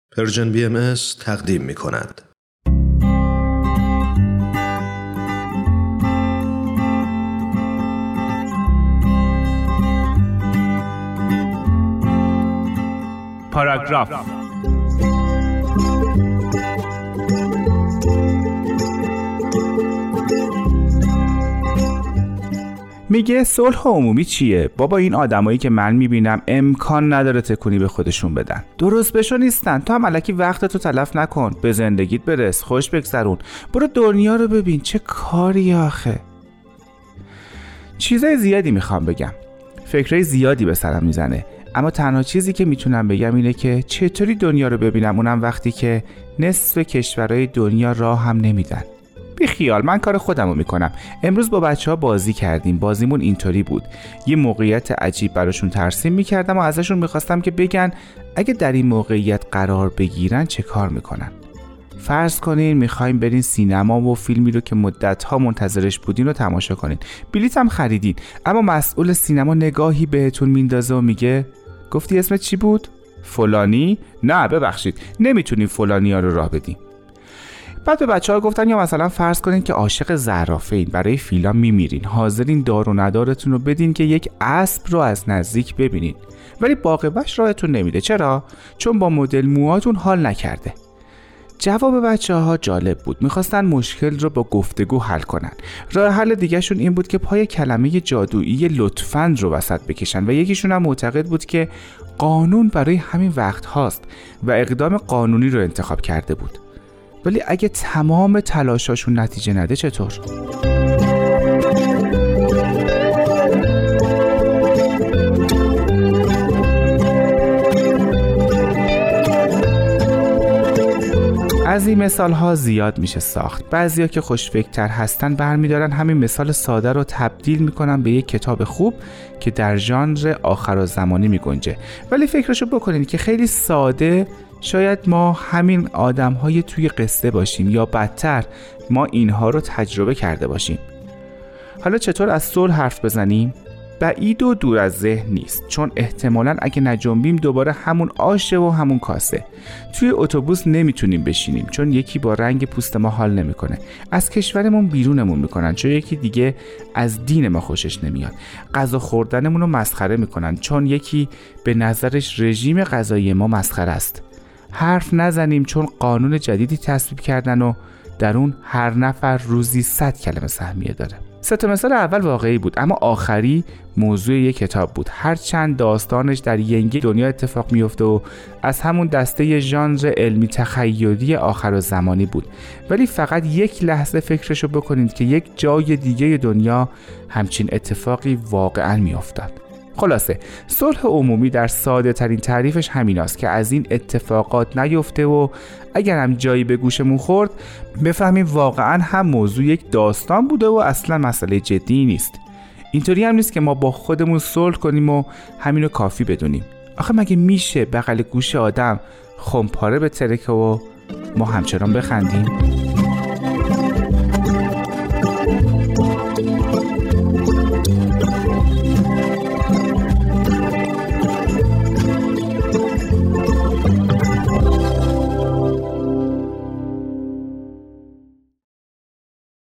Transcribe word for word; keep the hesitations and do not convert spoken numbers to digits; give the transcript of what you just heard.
پرژن بی ام اس تقدیم می کند. پاراگراف. میگه صلح عمومی چیه؟ بابا این آدمایی که من میبینم امکان نداره تکونی به خودشون بدن. درست بشو نیستن. تو هم الکی وقتتو تلف نکن. به زندگیت برس، خوش بگذرون. برو دنیا رو ببین. چه کاری آخه؟ چیزای زیادی میخوام بگم. فکرای زیادی به سرم میزنه. اما تنها چیزی که میتونم بگم اینه که چطوری دنیا رو ببینم، اونم وقتی که نصف کشورهای دنیا راه هم نمیدن. بی خیال، من کار خودم رو میکنم. امروز با بچه ها بازی کردیم. بازیمون اینطوری بود: یه موقعیت عجیب براشون ترسیم میکردم و ازشون میخواستم که بگن اگه در این موقعیت قرار بگیرن چه کار میکنن. فرض کنین میخوایم برین سینما و فیلمی رو که مدت‌ها منتظرش بودین رو تماشا کنین. بلیط هم خریدین، اما مسئول سینما نگاهی بهتون میندازه و میگه گفتی اسمت چی بود؟ فلانی؟ نه ببخشید، نمیتونین فلانی ها رو راه بدین. بعد به بچه ها گفتن یا مثلا فرض کنین که عاشق زرافه‌این، برای فیلم میمیرین، حاضرین دار و ندارتون رو بدین که یک اسب رو از نزدیک ببینین، ولی باغ وحش راهتون نمیده. چرا؟ چون با مدل موهاتون حال نکرده. جواب بچه ها جالب بود. میخواستن مشکل رو با گفتگو حل کنن. راه حل دیگه شون این بود که پای کلمه جادویی لطفاً رو وسط بکشن و یکیشون هم معتقد بود که قانون برای همین وقت هاست و اقدام قانونی رو انتخاب کرده بود. ولی اگه تمام تلاشاشون نتیجه نده چطور؟ از این مثال ها زیاد میشه ساخت. بعضیا که خوشفکرتر هستن برمیدارن همین مثال ساده رو تبدیل میکنن به یک کتاب خوب که در ژانر آخرالزمانی میگنجه. ولی فکرشو بکنین که خیلی ساده شاید ما همین آدم های توی قصه باشیم، یا بدتر ما اینها رو تجربه کرده باشیم. حالا چطور از صلح حرف بزنیم؟ بعید و دور از ذهن نیست، چون احتمالاً اگه نجنبیم دوباره همون آشه و همون کاسه. توی اتوبوس نمیتونیم بشینیم چون یکی با رنگ پوست ما حال نمیکنه. از کشورمون بیرونمون میکنن چون یکی دیگه از دین ما خوشش نمیاد. غذا خوردنمون رو مسخره میکنن چون یکی به نظرش رژیم غذایی ما مسخره است. حرف نزنیم چون قانون جدیدی تصویب کردن و در اون هر نفر روزی صد کلمه سهمیه داره. سه تا مثال اول واقعی بود، اما آخری موضوع یک کتاب بود. هر چند داستانش در ینگی دنیا اتفاق میفته و از همون دسته ژانر علمی تخیلی آخرالزمانی بود، ولی فقط یک لحظه فکرشو بکنید که یک جای دیگه دنیا همچین اتفاقی واقعا میافتاد. خلاصه صلح عمومی در ساده ترین تعریفش همیناست که از این اتفاقات نیفته و اگر هم جایی به گوشمون خورد بفهمیم واقعا هم موضوع یک داستان بوده و اصلا مسئله جدی نیست. اینطوری هم نیست که ما با خودمون صلح کنیم و همینو کافی بدونیم. آخه مگه میشه بغل گوش آدم خمپاره به ترکه و ما همچنان بخندیم؟